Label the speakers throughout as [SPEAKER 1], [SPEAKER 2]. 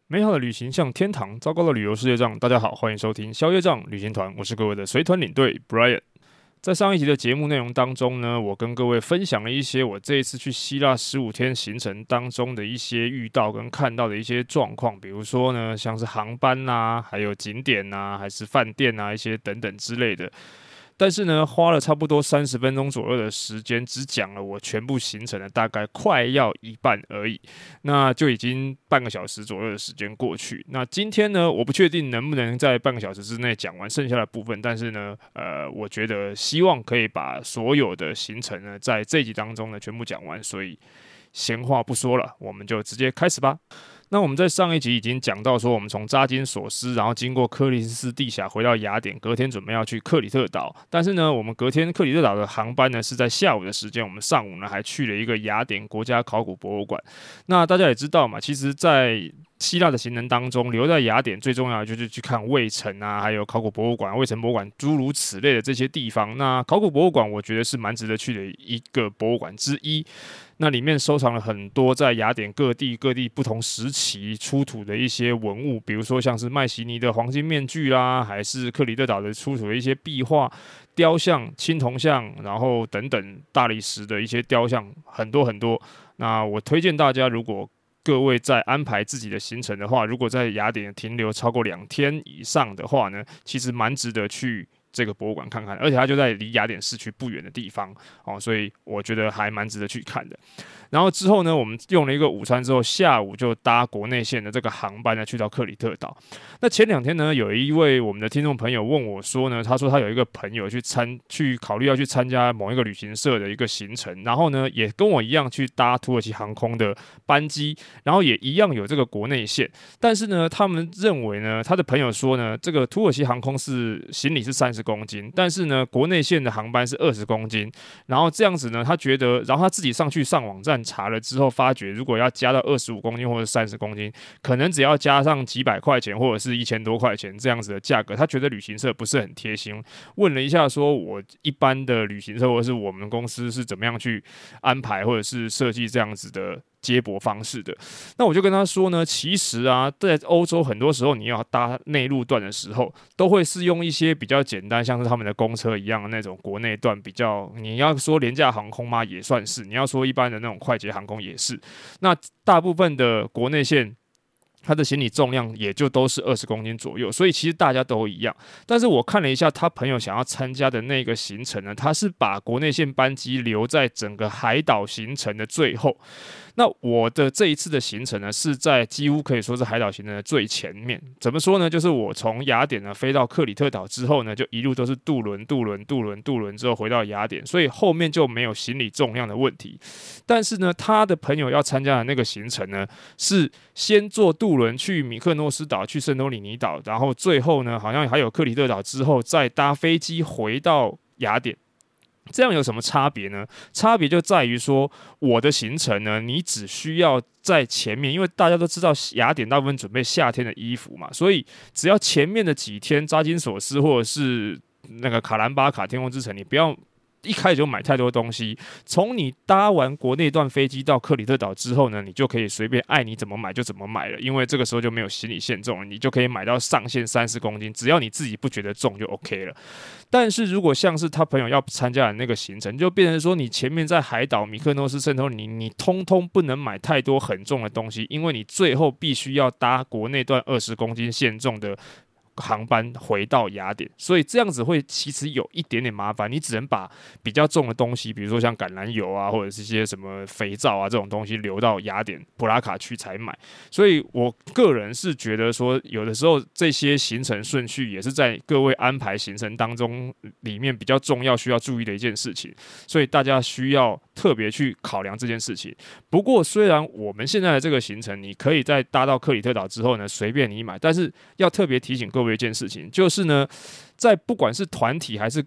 [SPEAKER 1] 美好的旅行像天堂，糟糕的旅游世界账。大家好，欢迎收听宵夜账旅行团，我是各位的随团领队 Brian。在上一集的节目内容当中呢，我跟各位分享了一些我这一次去希腊15天行程当中的一些遇到跟看到的一些状况，比如说呢，像是航班啊，还有景点啊，还是饭店啊，一些等等之类的。但是呢，花了差不多30分钟左右的时间，只讲了我全部行程的大概快要一半而已，那就已经半个小时左右的时间过去。那今天呢，我不确定能不能在半个小时之内讲完剩下的部分，但是呢，我觉得希望可以把所有的行程呢，在这一集当中呢全部讲完，所以闲话不说了，我们就直接开始吧。那我们在上一集已经讲到说，我们从扎金索斯，然后经过科林斯地峡回到雅典，隔天准备要去克里特岛。但是呢，我们隔天克里特岛的航班呢是在下午的时间，我们上午呢还去了一个雅典国家考古博物馆。那大家也知道嘛，其实，在希腊的行程当中，留在雅典最重要的就是去看卫城啊，还有考古博物馆、卫城博物馆诸如此类的这些地方。那考古博物馆，我觉得是蛮值得去的一个博物馆之一。那里面收藏了很多在雅典各地不同时期出土的一些文物，比如说像是麦西尼的黄金面具啦，还是克里特岛的出土的一些壁画、雕像、青铜像，然后等等大理石的一些雕像，很多很多。那我推荐大家，如果各位在安排自己的行程的话，如果在雅典停留超过2天以上的话呢，其实蛮值得去这个博物馆看看，而且它就在离雅典市区不远的地方哦，所以我觉得还蛮值得去看的。然后之后呢，我们用了一个午餐之后，下午就搭国内线的这个航班呢，去到克里特岛。那前2天呢，有一位我们的听众朋友问我说呢，他说他有一个朋友去考虑要去参加某一个旅行社的一个行程，然后呢，也跟我一样去搭土耳其航空的班机，然后也一样有这个国内线，但是呢，他们认为呢，他的朋友说呢，这个土耳其航空行李是30公斤，但是呢，国内线的航班是20公斤，然后这样子呢，他觉得，然后他自己上网站查了之后，发觉如果要加到25公斤或者30公斤，可能只要加上几百块钱或者是1000多块钱这样子的价格，他觉得旅行社不是很贴心。问了一下，说我一般的旅行社或者是我们公司是怎么样去安排或者是设计这样子的接驳方式的。那我就跟他说呢，其实啊，在欧洲很多时候你要搭内陆段的时候，都会是用一些比较简单，像是他们的公车一样的那种国内段比较，你要说廉价航空吗？也算是，你要说一般的那种快捷航空也是。那大部分的国内线，他的行李重量也就都是20公斤左右，所以其实大家都一样。但是我看了一下他朋友想要参加的那个行程呢，他是把国内线班机留在整个海岛行程的最后。那我的这一次的行程呢，是在几乎可以说是海岛行程的最前面。怎么说呢？就是我从雅典呢飞到克里特岛之后呢，就一路都是渡轮之后回到雅典，所以后面就没有行李重量的问题。但是呢，他的朋友要参加的那个行程呢，是先坐渡轮去米克诺斯岛、去圣托里尼岛，然后最后呢，好像还有克里特岛之后再搭飞机回到雅典。这样有什么差别呢？差别就在于说，我的行程呢，你只需要在前面，因为大家都知道雅典大部分准备夏天的衣服嘛，所以只要前面的几天扎金索斯或者是那个卡兰巴卡天空之城，你不要一开始就买太多东西。从你搭完国内段飞机到克里特岛之后呢，你就可以随便爱你怎么买就怎么买了，因为这个时候就没有行李限重了，你就可以买到上限30公斤，只要你自己不觉得重就 OK 了。但是如果像是他朋友要参加的那个行程，就变成说你前面在海岛米克诺斯、圣托里尼，你通通不能买太多很重的东西，因为你最后必须要搭国内段20公斤限重的航班回到雅典，所以这样子会其实有一点点麻烦，你只能把比较重的东西，比如说像橄榄油啊，或者是一些什么肥皂啊这种东西留到雅典普拉卡区才买。所以我个人是觉得说，有的时候这些行程顺序也是在各位安排行程当中里面比较重要需要注意的一件事情，所以大家需要特别去考量这件事情。不过虽然我们现在的这个行程，你可以在搭到克里特岛之后呢，随便你买，但是要特别提醒各位一件事情，就是呢，在不管是团体还是跟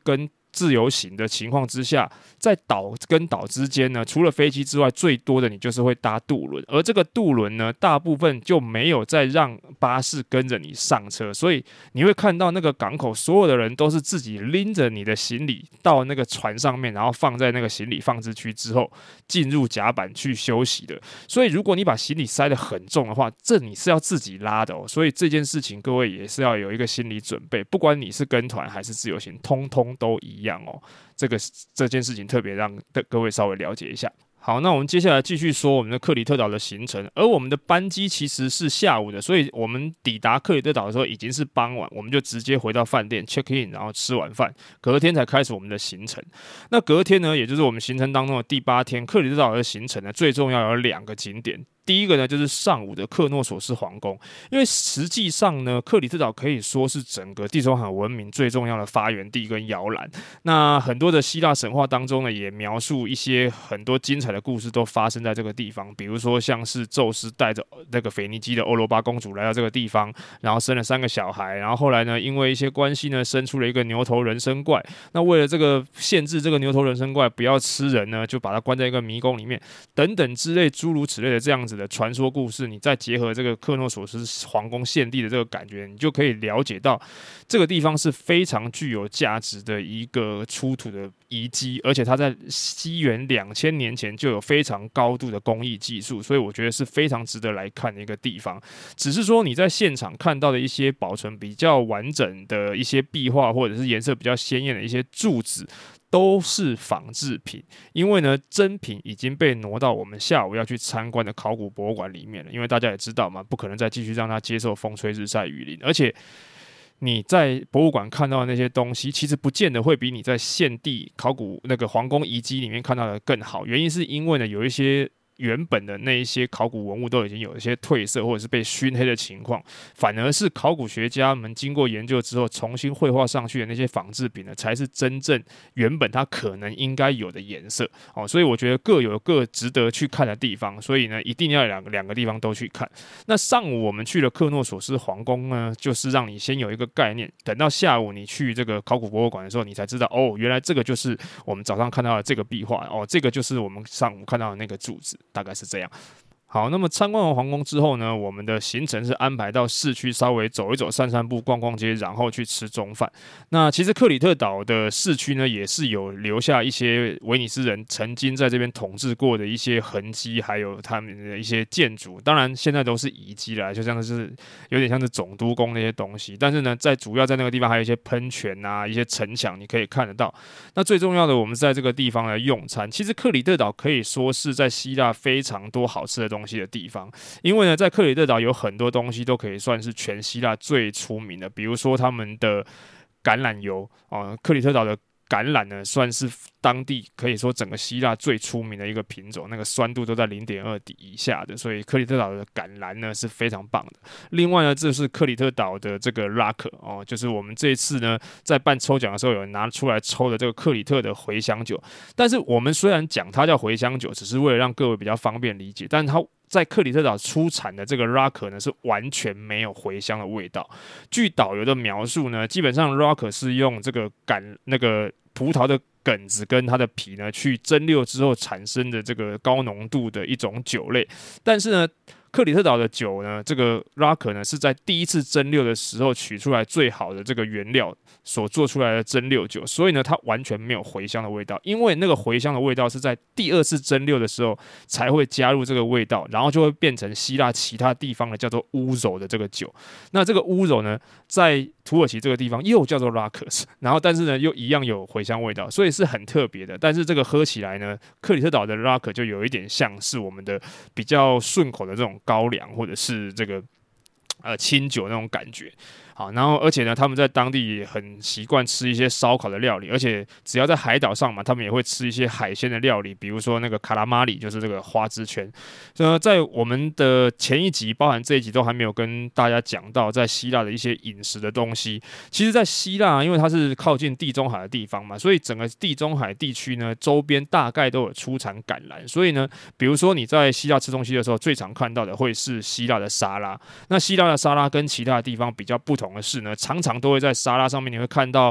[SPEAKER 1] 自由行的情况之下，在岛跟岛之间呢，除了飞机之外，最多的你就是会搭渡轮，而这个渡轮呢，大部分就没有再让巴士跟着你上车，所以你会看到那个港口所有的人都是自己拎着你的行李到那个船上面，然后放在那个行李放置区之后，进入甲板去休息的。所以如果你把行李塞得很重的话，这你是要自己拉的哦。所以这件事情各位也是要有一个心理准备，不管你是跟团还是自由行，通通都一样哦。这件事情特别让各位稍微了解一下。好，那我们接下来继续说我们的克里特岛的行程，而我们的班机其实是下午的，所以我们抵达克里特岛的时候已经是傍晚，我们就直接回到饭店 check in， 然后吃晚饭，隔天才开始我们的行程。那隔天呢，也就是我们行程当中的第8天，克里特岛的行程呢，最重要有2个景点。第一个呢，就是上午的克诺索斯皇宫，因为实际上呢，克里特岛可以说是整个地中海文明最重要的发源地跟摇篮。那很多的希腊神话当中呢，也描述一些很多精彩的故事都发生在这个地方，比如说像是宙斯带着那个腓尼基的欧罗巴公主来到这个地方，然后生了3个小孩，然后后来呢，因为一些关系呢，生出了一个牛头人参怪。那为了这个限制这个牛头人参怪不要吃人呢，就把它关在一个迷宫里面，等等之类诸如此类的这样子的传说故事，你再结合这个克诺索斯皇宫献帝的这个感觉，你就可以了解到这个地方是非常具有价值的一个出土的遗迹，而且它在西元2000年前就有非常高度的工艺技术，所以我觉得是非常值得来看的一个地方。只是说你在现场看到的一些保存比较完整的一些壁画，或者是颜色比较鲜艳的一些柱子，都是仿制品，因为呢，真品已经被挪到我们下午要去参观的考古博物馆里面了。因为大家也知道嘛，不可能再继续让它接受风吹日晒雨淋，而且你在博物馆看到的那些东西，其实不见得会比你在现地考古那个皇宫遗迹里面看到的更好。原因是因为呢，有一些原本的那一些考古文物都已经有一些褪色或者是被熏黑的情况，反而是考古学家们经过研究之后重新绘画上去的那些仿制品呢，才是真正原本它可能应该有的颜色哦。所以我觉得各有各值得去看的地方，所以呢，一定要两个地方都去看。那上午我们去了克诺索斯皇宫呢，就是让你先有一个概念，等到下午你去这个考古博物馆的时候，你才知道哦，原来这个就是我们早上看到的这个壁画哦，这个就是我们上午看到的那个柱子。大概是这样。好，那么参观完皇宫之后呢，我们的行程是安排到市区稍微走一走、散散步、逛逛街，然后去吃中饭。那其实克里特岛的市区呢，也是有留下一些威尼斯人曾经在这边统治过的一些痕迹，还有他们的一些建筑。当然，现在都是遗迹了，就像是有点像是总督宫那些东西。但是呢，主要在那个地方还有一些喷泉啊、一些城墙，你可以看得到。那最重要的，我们在这个地方来用餐。其实克里特岛可以说是在希腊非常多好吃的东西的地方，因为呢，在克里特岛有很多东西都可以算是全希腊最出名的，比如说他们的橄榄油克里特岛的橄榄呢，算是当地可以说整个希腊最出名的一个品种，那个酸度都在0.2滴以下的，所以克里特岛的橄榄呢是非常棒的。另外呢，这是克里特岛的这个拉克就是我们这一次呢在办抽奖的时候有拿出来抽的这个克里特的茴香酒。但是我们虽然讲它叫茴香酒，只是为了让各位比较方便理解，但它在克里特岛出产的这个 Rocker 呢，是完全没有茴香的味道。据导游的描述呢，基本上 Rocker 是用这个那个葡萄的梗子跟它的皮呢，去蒸馏之后产生的这个高浓度的一种酒类。但是呢，克里特岛的酒呢，这个 Rocker 呢，是在第一次蒸馏的时候取出来最好的这个原料所做出来的蒸馏酒，所以呢，它完全没有茴香的味道。因为那个茴香的味道是在第2次蒸馏的时候才会加入这个味道，然后就会变成希腊其他地方的叫做乌柔的这个酒。那这个乌柔呢，在土耳其这个地方又叫做 Rockers， 然后但是呢又一样有茴香味道，所以是很特别的。但是这个喝起来呢，克里特岛的 Rocker 就有一点像是我们的比较顺口的这种高粱或者是这个清酒那种感觉。好，然后而且呢，他们在当地也很习惯吃一些烧烤的料理，而且只要在海岛上嘛，他们也会吃一些海鲜的料理，比如说那个卡拉马里，就是这个花枝圈。在我们的前一集，包含这一集都还没有跟大家讲到在希腊的一些饮食的东西。其实，在希腊，因为它是靠近地中海的地方嘛，所以整个地中海地区呢，周边大概都有出产橄榄。所以呢，比如说你在希腊吃东西的时候，最常看到的会是希腊的沙拉。那希腊的沙拉跟其他的地方比较不同的是呢，常常都会在沙拉上面你会看到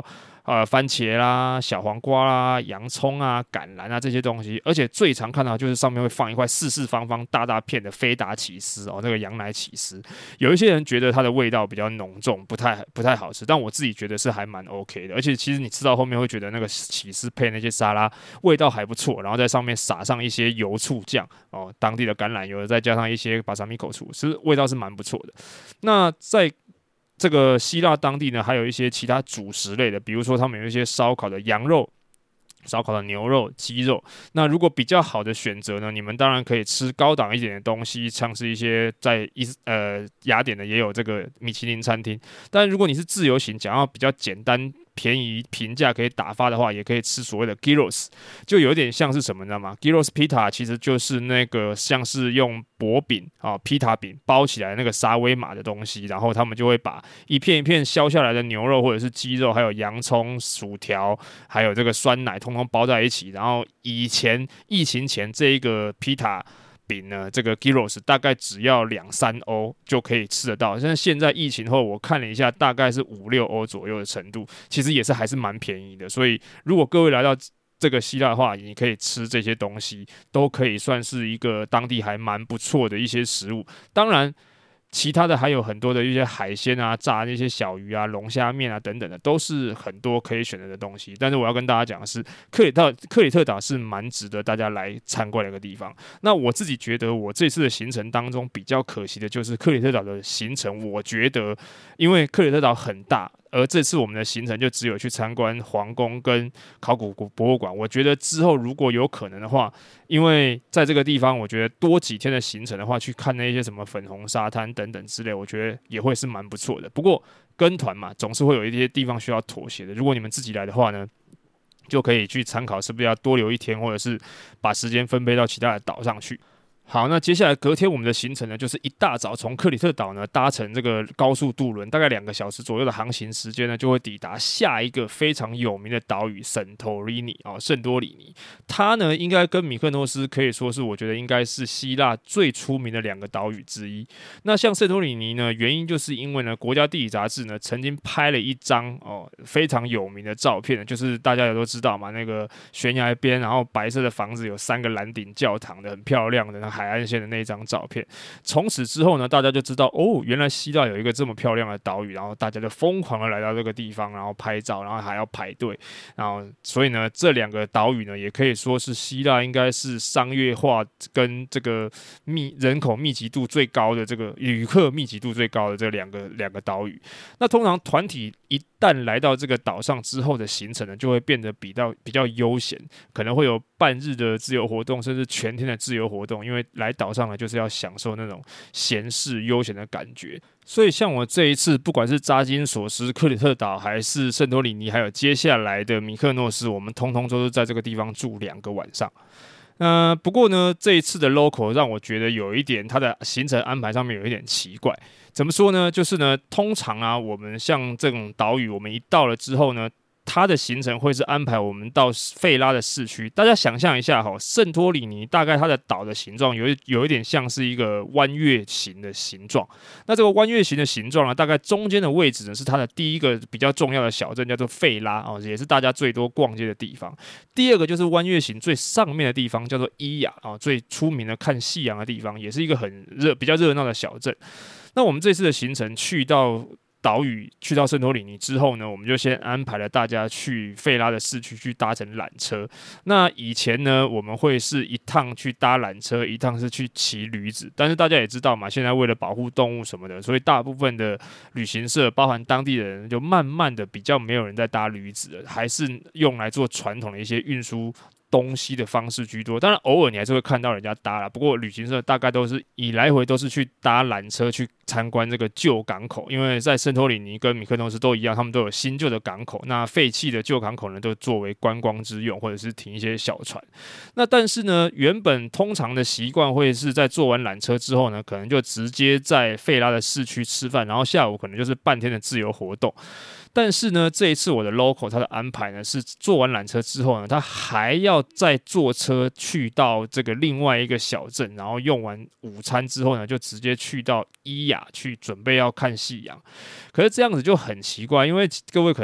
[SPEAKER 1] 番茄啦、小黄瓜啦、洋葱啊、橄榄啊这些东西，而且最常看到就是上面会放一块四四方方大大片的菲达起司哦，那个羊奶起司。有一些人觉得它的味道比较浓重，不太好吃，但我自己觉得是还蛮 OK 的。而且其实你吃到后面会觉得那个起司配那些沙拉味道还不错，然后在上面撒上一些油醋酱哦，当地的橄榄油，再加上一些巴萨米口醋，其实味道是蛮不错的。那在这个希腊当地呢，还有一些其他主食类的，比如说他们有一些烧烤的羊肉、烧烤的牛肉、鸡肉。那如果比较好的选择呢，你们当然可以吃高档一点的东西，像是一些在雅典的也有这个米其林餐厅。但如果你是自由行，想要比较简单、便宜、平价可以打发的话，也可以吃所谓的 gyros， 就有点像是什么，你知道吗 ？gyros pita 其实就是那个像是用薄饼啊，pita 饼包起来那个沙威玛的东西，然后他们就会把一片一片削下来的牛肉或者是鸡肉，还有洋葱、薯条，还有这个酸奶，通通包在一起。然后以前疫情前这一个 pita饼呢，这个 gyros 大概只要2-3欧就可以吃得到。现在疫情后，我看了一下，大概是5-6欧左右的程度，其实也是还是蛮便宜的。所以如果各位来到这个希腊的话，你可以吃这些东西，都可以算是一个当地还蛮不错的一些食物。当然，其他的还有很多的一些海鲜啊、炸那些小鱼啊、龙虾面啊等等的，都是很多可以选择的东西。但是我要跟大家讲的是，克里特岛是蛮值得大家来参观的一个地方。那我自己觉得，我这次的行程当中比较可惜的就是克里特岛的行程，我觉得因为克里特岛很大。而这次我们的行程就只有去参观皇宫跟考古博物馆。我觉得之后如果有可能的话，因为在这个地方，我觉得多几天的行程的话，去看那些什么粉红沙滩等等之类，我觉得也会是蛮不错的。不过跟团嘛，总是会有一些地方需要妥协的。如果你们自己来的话呢，就可以去参考是不是要多留一天，或者是把时间分配到其他的岛上去。好，那接下来隔天我们的行程呢，就是一大早从克里特岛呢搭乘这个高速渡轮，大概2个小时左右的航行时间呢，就会抵达下一个非常有名的岛屿圣托里尼啊，圣多里尼。它呢应该跟米克诺斯可以说是我觉得应该是希腊最出名的2个岛屿之一。那像圣托里尼呢，原因就是因为呢国家地理杂志呢曾经拍了一张非常有名的照片，就是大家也都知道嘛，那个悬崖边，然后白色的房子有3个蓝顶教堂的，很漂亮的海岸线的那张照片。从此之后呢，大家就知道原来希腊有一个这么漂亮的岛屿，然后大家就疯狂的来到这个地方，然后拍照，然后还要排队，然后所以呢，这2个岛屿呢，也可以说是希腊应该是商业化跟这个人口密集度最高的这个旅客密集度最高的这两个岛屿。那通常团体一旦来到这个岛上之后的行程呢，就会变得比较悠闲，可能会有半日的自由活动，甚至全天的自由活动，因为来岛上呢就是要享受那种闲适悠闲的感觉。所以像我这一次，不管是扎金索斯、克里特岛，还是圣多里尼，还有接下来的米克诺斯，我们通通都是在这个地方住2个晚上。不过呢，这一次的 local 让我觉得有一点，它的行程安排上面有一点奇怪。怎么说呢？就是呢，通常啊，我们像这种岛屿，我们一到了之后呢，它的行程会是安排我们到费拉的市区。大家想象一下圣托里尼大概它的岛的形状有一点像是一个弯月形的形状。那这个弯月形的形状呢，大概中间的位置呢是它的第一个比较重要的小镇，叫做费拉也是大家最多逛街的地方。第二个就是弯月形最上面的地方，叫做伊雅最出名的看夕阳的地方，也是一个比较热闹的小镇。那我们这次的行程去到岛屿，去到圣托里尼之后呢，我们就先安排了大家去费拉的市区去搭乘缆车。那以前呢，我们会是一趟去搭缆车，一趟是去骑驴子。但是大家也知道嘛，现在为了保护动物什么的，所以大部分的旅行社，包含当地的人，就慢慢的比较没有人在搭驴子了，还是用来做传统的一些运输东西的方式居多。当然偶尔你还是会看到人家搭啦，不过旅行社大概都是以来回都是去搭缆车去参观这个旧港口。因为在圣托里尼跟米克诺斯都一样，他们都有新旧的港口，那废弃的旧港口呢都作为观光之用，或者是停一些小船。那但是呢，原本通常的习惯会是在坐完缆车之后呢，可能就直接在费拉的市区吃饭，然后下午可能就是半天的自由活动。但是呢，这一次我的 local 他的安排呢是坐完缆车之后呢，他还要再坐车去到这个另外一个小镇，然后用完午餐之后呢，就直接去到伊雅去准备要看夕阳。可是这样子就很奇怪，因为各位可能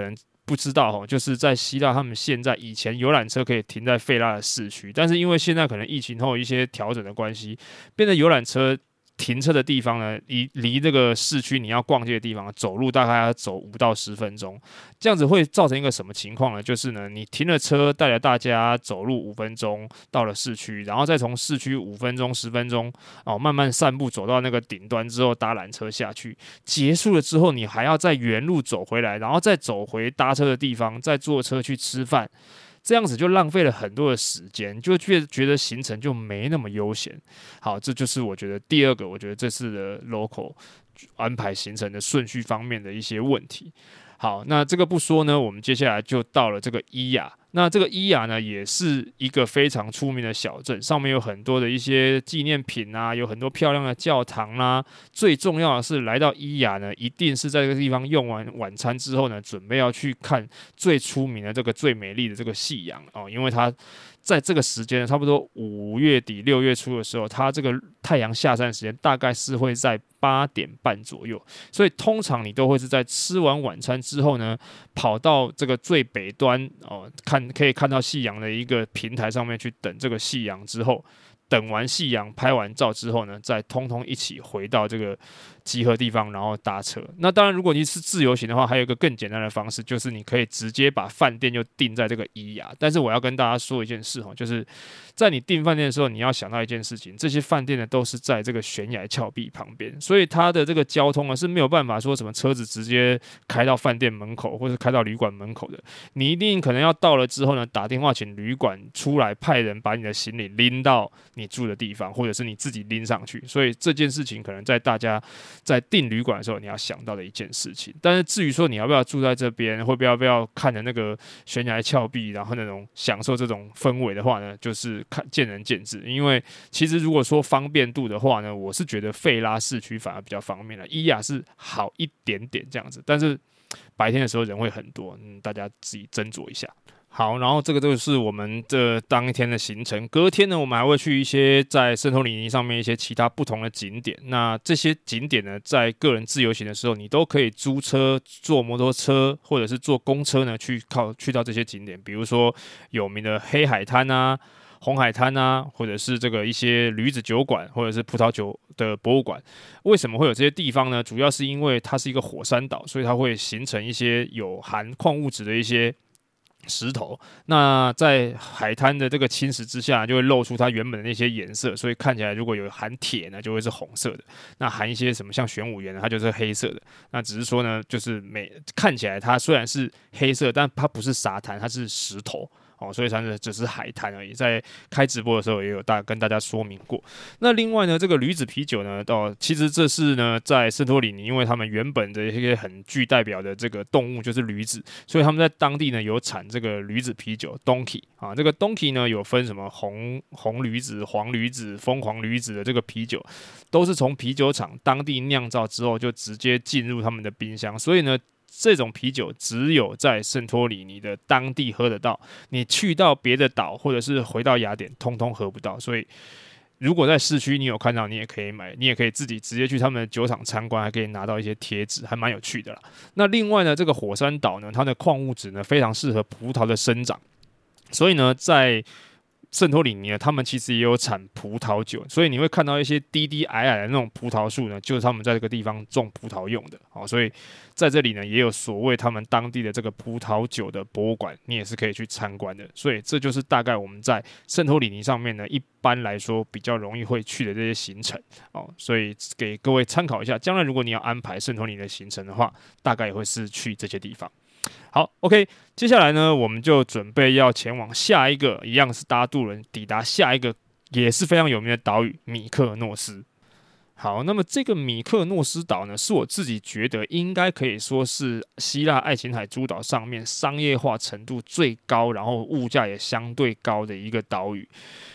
[SPEAKER 1] 不知道就是在希腊，他们现在以前游览车可以停在费拉的市区，但是因为现在可能疫情后一些调整的关系，变得游览车停车的地方呢，离这个市区你要逛街的地方，走路大概要走5到10分钟，这样子会造成一个什么情况呢？就是呢，你停了车，带着大家走路5分钟到了市区，然后再从市区5分钟、10分钟慢慢散步走到那个顶端之后，搭缆车下去，结束了之后，你还要再原路走回来，然后再走回搭车的地方，再坐车去吃饭。这样子就浪费了很多的时间，就觉得行程就没那么悠闲。好，这就是我觉得第二个，我觉得这次的 local 安排行程的顺序方面的一些问题。好，那这个不说呢，我们接下来就到了这个伊雅。那这个伊雅呢，也是一个非常出名的小镇，上面有很多的一些纪念品啊，有很多漂亮的教堂啦。最重要的是，来到伊雅呢，一定是在这个地方用完晚餐之后呢，准备要去看最出名的这个最美丽的这个夕阳因为它在这个时间，差不多5月底6月初的时候，它这个太阳下山的时间大概是会在8点半左右，所以通常你都会是在吃完晚餐之后呢，跑到这个最北端可以看到夕阳的一个平台上面去等这个夕阳之后。等完夕阳拍完照之后呢，再通通一起回到这个集合地方，然后搭车。那当然，如果你是自由行的话，还有一个更简单的方式，就是你可以直接把饭店就订在这个伊雅。但是我要跟大家说一件事就是在你订饭店的时候，你要想到一件事情，这些饭店呢都是在这个悬崖峭壁旁边，所以它的这个交通呢是没有办法说什么车子直接开到饭店门口或者开到旅馆门口的。你一定可能要到了之后呢，打电话请旅馆出来派人把你的行李拎到你住的地方，或者是你自己拎上去。所以这件事情可能在大家在订旅馆的时候你要想到的一件事情。但是至于说你要不要住在这边，会不要看着那个悬崖峭壁，然后那种享受这种氛围的话呢，就是见仁见智。因为其实如果说方便度的话呢，我是觉得费拉市区反而比较方便了，伊雅是好一点点这样子，但是白天的时候人会很多，大家自己斟酌一下。好，然后这个就是我们这当一天的行程。隔天呢，我们还会去一些在圣托里尼上面一些其他不同的景点。那这些景点呢，在个人自由行的时候，你都可以租车、坐摩托车或者是坐公车呢，去到这些景点。比如说有名的黑海滩啊、红海滩啊，或者是这个一些驴子酒馆，或者是葡萄酒的博物馆。为什么会有这些地方呢？主要是因为它是一个火山岛，所以它会形成一些有含矿物质的一些石头，那在海滩的这个侵蚀之下，就会露出它原本的那些颜色，所以看起来如果有含铁呢，就会是红色的；那含一些什么像玄武岩呢，它就是黑色的。那只是说呢，就是看起来它虽然是黑色，但它不是沙滩，它是石头。所以它只是海滩而已。在开直播的时候也有跟大家说明过。那另外呢，这个驴子啤酒呢，其实这是呢在圣托里尼，因为他们原本的一些很具代表的这个动物就是驴子，所以他们在当地呢有产这个驴子啤酒 Donkey 这个 Donkey 呢有分什么红驴子、黄驴子、疯狂驴子的这个啤酒，都是从啤酒厂当地酿造之后就直接进入他们的冰箱，所以呢。这种啤酒只有在圣托里尼的当地喝得到，你去到别的岛或者是回到雅典，通通喝不到。所以，如果在市区你有看到，你也可以买，你也可以自己直接去他们的酒厂参观，还可以拿到一些贴纸，还蛮有趣的啦。那另外呢，这个火山岛呢，它的矿物质呢非常适合葡萄的生长，所以呢，在圣托里尼呢，他们其实也有产葡萄酒，所以你会看到一些低低矮矮的那种葡萄树呢，就是他们在这个地方种葡萄用的。所以在这里呢，也有所谓他们当地的这个葡萄酒的博物馆，你也是可以去参观的。所以这就是大概我们在圣托里尼上面呢，一般来说比较容易会去的这些行程所以给各位参考一下。将来如果你要安排圣托里尼的行程的话，大概也会是去这些地方。好 ，OK， 接下来呢，我们就准备要前往下一个，一样是搭渡轮抵达下一个也是非常有名的岛屿米克诺斯。好，那么这个米克诺斯岛呢，是我自己觉得应该可以说是希腊爱琴海诸岛上面商业化程度最高，然后物价也相对高的一个岛屿。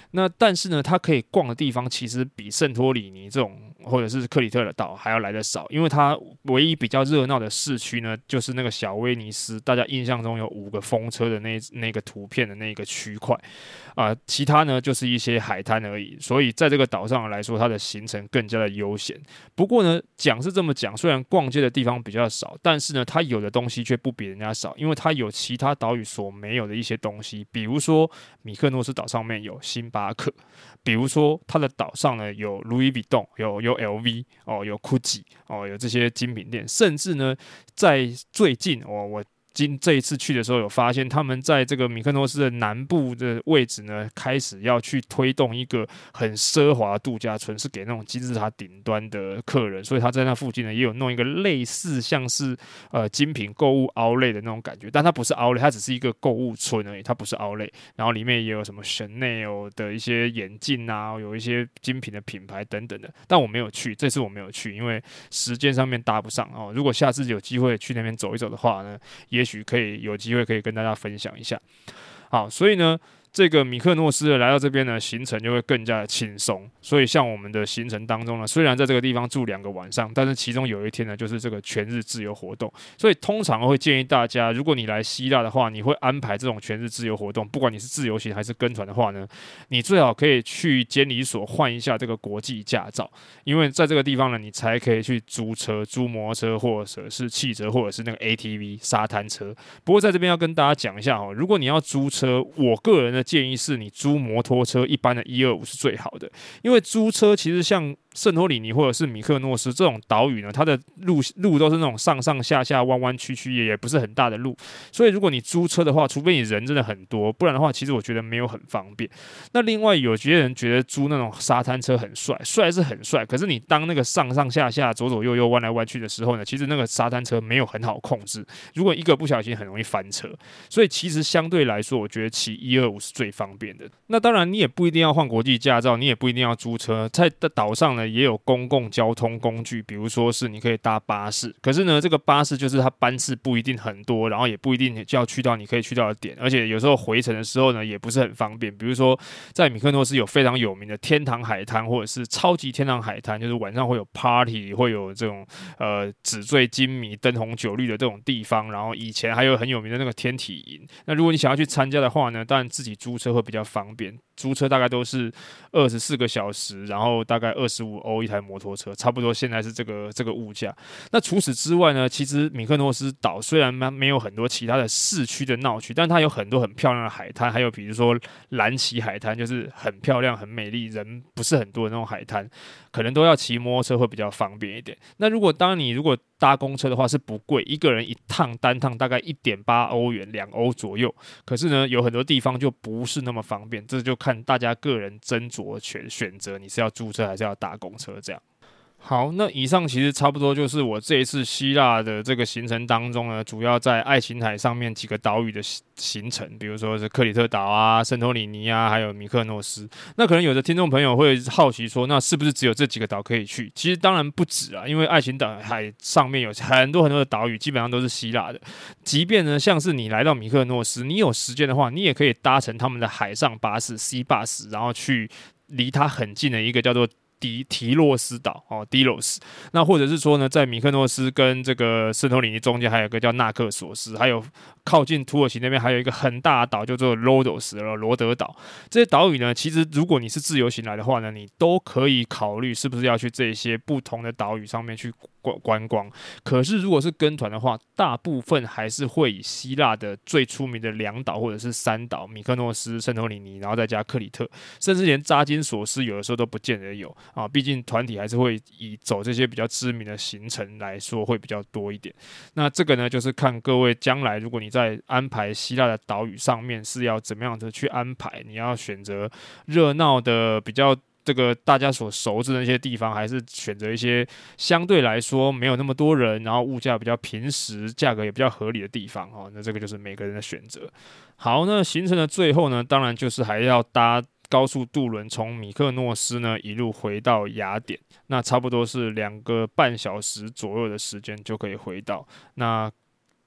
[SPEAKER 1] 那但是呢，它可以逛的地方其实比圣托里尼这种或者是克里特的岛还要来得少，因为它唯一比较热闹的市区呢，就是那个小威尼斯，大家印象中有5个风车的那个图片的那个区块其他呢就是一些海滩而已，所以在这个岛上来说，它的行程更加的悠闲。不过呢，讲是这么讲，虽然逛街的地方比较少，但是呢，它有的东西却不比人家少，因为它有其他岛屿所没有的一些东西，比如说米克诺斯岛上面有星巴克，比如说它的岛上呢有 Louis Vuitton， 有 LV 有 Gucci 有这些精品店，甚至呢，在最近我这一次去的时候，有发现他们在这个米克诺斯的南部的位置呢，开始要去推动一个很奢华的度假村，是给那种金字塔顶端的客人，所以他在那附近呢也有弄一个类似像是精品购物 outlet 的那种感觉，但它不是 outlet，它只是一个购物村而已，它不是 outlet。然后里面也有什么 Chanel 的一些眼镜有一些精品的品牌等等的，但我没有去，这次我没有去，因为时间上面搭不上如果下次有机会去那边走一走的话呢，也许可以有机会可以跟大家分享一下。好，所以呢，这个米克诺斯来到这边呢，行程就会更加的轻松。所以像我们的行程当中呢，虽然在这个地方住2个晚上，但是其中有一天呢，就是这个全日自由活动。所以通常会建议大家，如果你来希腊的话，你会安排这种全日自由活动，不管你是自由行还是跟团的话呢，你最好可以去监理所换一下这个国际驾照，因为在这个地方呢，你才可以去租车、租摩托车，或者是汽车，或者是那个 ATV 沙滩车。不过在这边要跟大家讲一下如果你要租车，我个人的建议是你租摩托车，一般的125是最好的，因为租车其实像圣托里尼或者是米克诺斯这种岛屿呢，它的路都是那种上上下下、弯弯曲曲，也不是很大的路，所以如果你租车的话，除非你人真的很多，不然的话，其实我觉得没有很方便。那另外有些人觉得租那种沙滩车很帅，帅是很帅，可是你当那个上上下下、左左右右、弯来弯去的时候呢，其实那个沙滩车没有很好控制，如果一个不小心很容易翻车，所以其实相对来说，我觉得骑125是最方便的。那当然，你也不一定要换国际驾照，你也不一定要租车，在岛上呢也有公共交通工具，比如说是你可以搭巴士，可是呢这个巴士就是它班次不一定很多，然后也不一定就要去到你可以去到的点，而且有时候回程的时候呢也不是很方便。比如说在米克诺斯有非常有名的天堂海滩，或者是超级天堂海滩，就是晚上会有 party， 会有这种纸醉金迷、灯红酒绿的这种地方，然后以前还有很有名的那个天体营。那如果你想要去参加的话呢，当然自己租车会比较方便，租车大概都是24个小时，然后大概25欧一台摩托车，差不多现在是这个物价。那除此之外呢，其实米克诺斯岛虽然没有很多其他的市区的闹区，但它有很多很漂亮的海滩，还有比如说蓝旗海滩，就是很漂亮、很美丽，人不是很多的那种海滩，可能都要骑摩托车会比较方便一点。那当你如果搭公车的话是不贵，一个人一趟单趟大概1.8欧元，2欧左右。可是呢，有很多地方就不是那么方便，这就看大家个人斟酌选择，你是要租车还是要搭公车这样。好，那以上其实差不多就是我这一次希腊的这个行程当中呢，主要在爱琴海上面几个岛屿的行程，比如说是克里特岛啊、圣托里尼啊，还有米克诺斯。那可能有的听众朋友会好奇说，那是不是只有这几个岛可以去？其实当然不止啊，因为爱琴海上面有很多很多的岛屿，基本上都是希腊的。即便呢，像是你来到米克诺斯，你有时间的话，你也可以搭乘他们的海上巴士 C Bus， 然后去离它很近的一个叫做提洛斯岛Delos。那或者是说呢，在米克诺斯跟这个圣托里尼中间还有一个叫纳克索斯，还有靠近土耳其那边还有一个很大的岛叫做罗德岛。这些岛屿呢，其实如果你是自由行来的话呢，你都可以考虑是不是要去这些不同的岛屿上面去观光。可是如果是跟团的话，大部分还是会以希腊的最出名的2岛或者是3岛，米克诺斯、圣托里尼，然后再加克里特，甚至连扎金索斯有的时候都不见得有毕竟团体还是会以走这些比较知名的行程来说会比较多一点。那这个呢，就是看各位将来如果你在安排希腊的岛屿上面是要怎么样的去安排，你要选择热闹的比较这个大家所熟知的那些地方，还是选择一些相对来说没有那么多人，然后物价比较平实、价格也比较合理的地方那这个就是每个人的选择。好，那行程的最后呢，当然就是还要搭高速渡轮从米克诺斯呢一路回到雅典，那差不多是2个半小时左右的时间就可以回到。那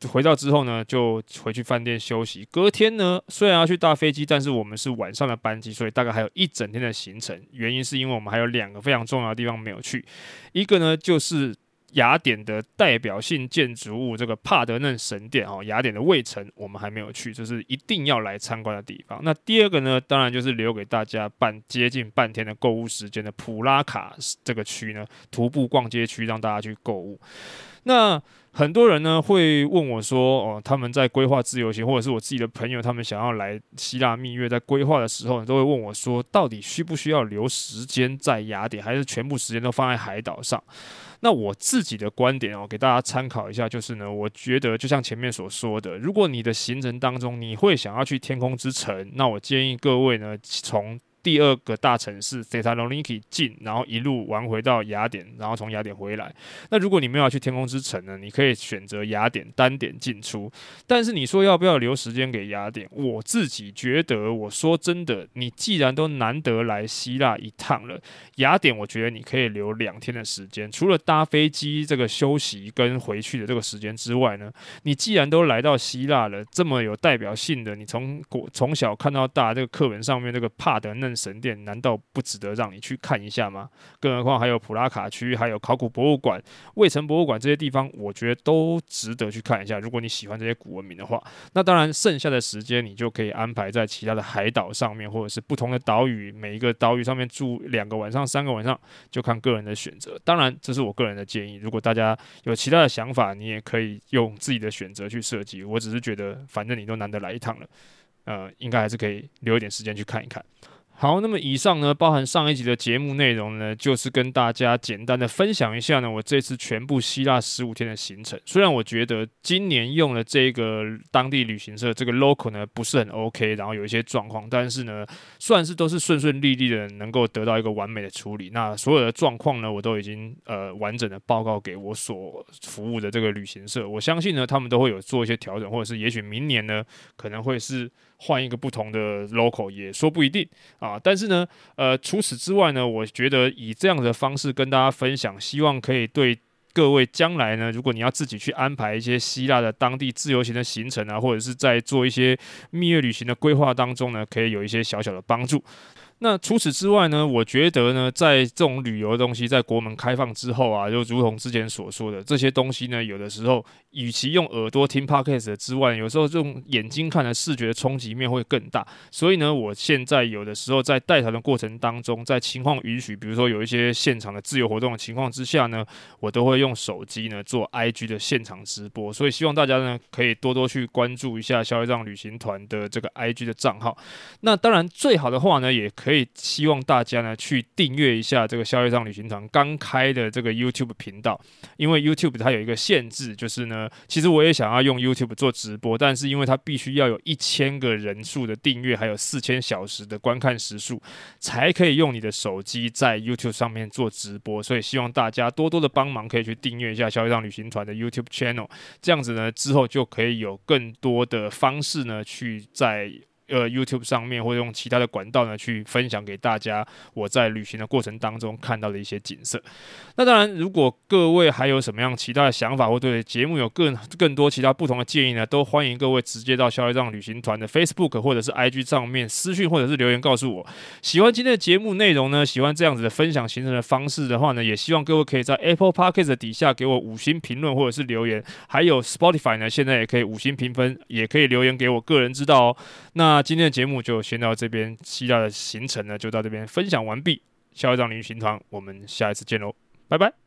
[SPEAKER 1] 回到之后呢，就回去饭店休息。隔天呢，虽然要去搭飞机，但是我们是晚上的班机，所以大概还有一整天的行程。原因是因为我们还有2个非常重要的地方没有去，一个呢就是雅典的代表性建筑物，这个帕德嫩神殿哦，雅典的卫城，我们还没有去，这是一定要来参观的地方。那第二个呢，当然就是留给大家接近半天的购物时间的普拉卡这个区呢，徒步逛街区，让大家去购物。那很多人呢会问我说，哦，他们在规划自由行，或者是我自己的朋友，他们想要来希腊蜜月，在规划的时候呢，都会问我说，到底需不需要留时间在雅典，还是全部时间都放在海岛上？那我自己的观点哦，给大家参考一下，就是呢，我觉得就像前面所说的，如果你的行程当中你会想要去天空之城，那我建议各位呢，从第2个大城市 Thessaloniki 进，然后一路玩回到雅典，然后从雅典回来。那如果你没有要去天空之城呢，你可以选择雅典单点进出。但是你说要不要留时间给雅典？我自己觉得，我说真的，你既然都难得来希腊一趟了，雅典我觉得你可以留2天的时间。除了搭飞机这个休息跟回去的这个时间之外呢，你既然都来到希腊了，这么有代表性的，你从小看到大，这个课本上面这个帕德嫩神殿，难道不值得让你去看一下吗？更何况还有普拉卡区，还有考古博物馆、卫城博物馆这些地方，我觉得都值得去看一下。如果你喜欢这些古文明的话，那当然剩下的时间你就可以安排在其他的海岛上面，或者是不同的岛屿，每一个岛屿上面住2个晚上、3个晚上，就看个人的选择。当然，这是我个人的建议。如果大家有其他的想法，你也可以用自己的选择去设计。我只是觉得，反正你都难得来一趟了，应该还是可以留一点时间去看一看。好，那么以上呢，包含上一集的节目内容呢，就是跟大家简单的分享一下呢，我这次全部希腊15天的行程。虽然我觉得今年用的这个当地旅行社这个 local 呢不是很 OK， 然后有一些状况，但是呢，算是都是顺顺利利的，能够得到一个完美的处理。那所有的状况呢，我都已经完整的报告给我所服务的这个旅行社。我相信呢，他们都会有做一些调整，或者是也许明年呢，可能会是换一个不同的 local， 也说不一定啊。但是呢，除此之外呢，我觉得以这样的方式跟大家分享，希望可以对各位将来呢，如果你要自己去安排一些希腊的当地自由行的行程啊，或者是在做一些蜜月旅行的规划当中呢，可以有一些小小的帮助。那除此之外呢，我觉得呢，在这种旅游的东西在国门开放之后啊，就如同之前所说的，这些东西呢，有的时候与其用耳朵听 podcast 之外，有时候用眼睛看的视觉的冲击面会更大。所以呢，我现在有的时候在带团的过程当中，在情况允许，比如说有一些现场的自由活动的情况之下呢，我都会用手机呢做 IG 的现场直播。所以希望大家呢可以多多去关注一下消业障旅行团的这个 IG 的账号。那当然最好的话呢，也可以希望大家呢去订阅一下这个消业障旅行团刚开的这个 YouTube 频道，因为 YouTube 它有一个限制，就是呢，其实我也想要用 YouTube 做直播，但是因为它必须要有1000个人数的订阅，还有4000小时的观看时数，才可以用你的手机在 YouTube 上面做直播，所以希望大家多多的帮忙，可以去订阅一下消业障旅行团的 YouTube channel， 这样子呢之后就可以有更多的方式呢去在YouTube 上面，或者用其他的管道呢，去分享给大家我在旅行的过程当中看到的一些景色。那当然，如果各位还有什么样其他的想法，或对节目有更多其他不同的建议呢，都欢迎各位直接到消业障旅行团的 Facebook 或者是 IG 上面私讯或者是留言告诉我。喜欢今天的节目内容呢，喜欢这样子的分享行程的方式的话呢，也希望各位可以在 Apple Podcast 底下给我5星评论或者是留言，还有 Spotify 呢，现在也可以5星评分，也可以留言给我个人知道哦。那今天的节目就先到这边，希腊的行程呢就到这边分享完毕。消业障旅行团，我们下一次见喽，拜拜。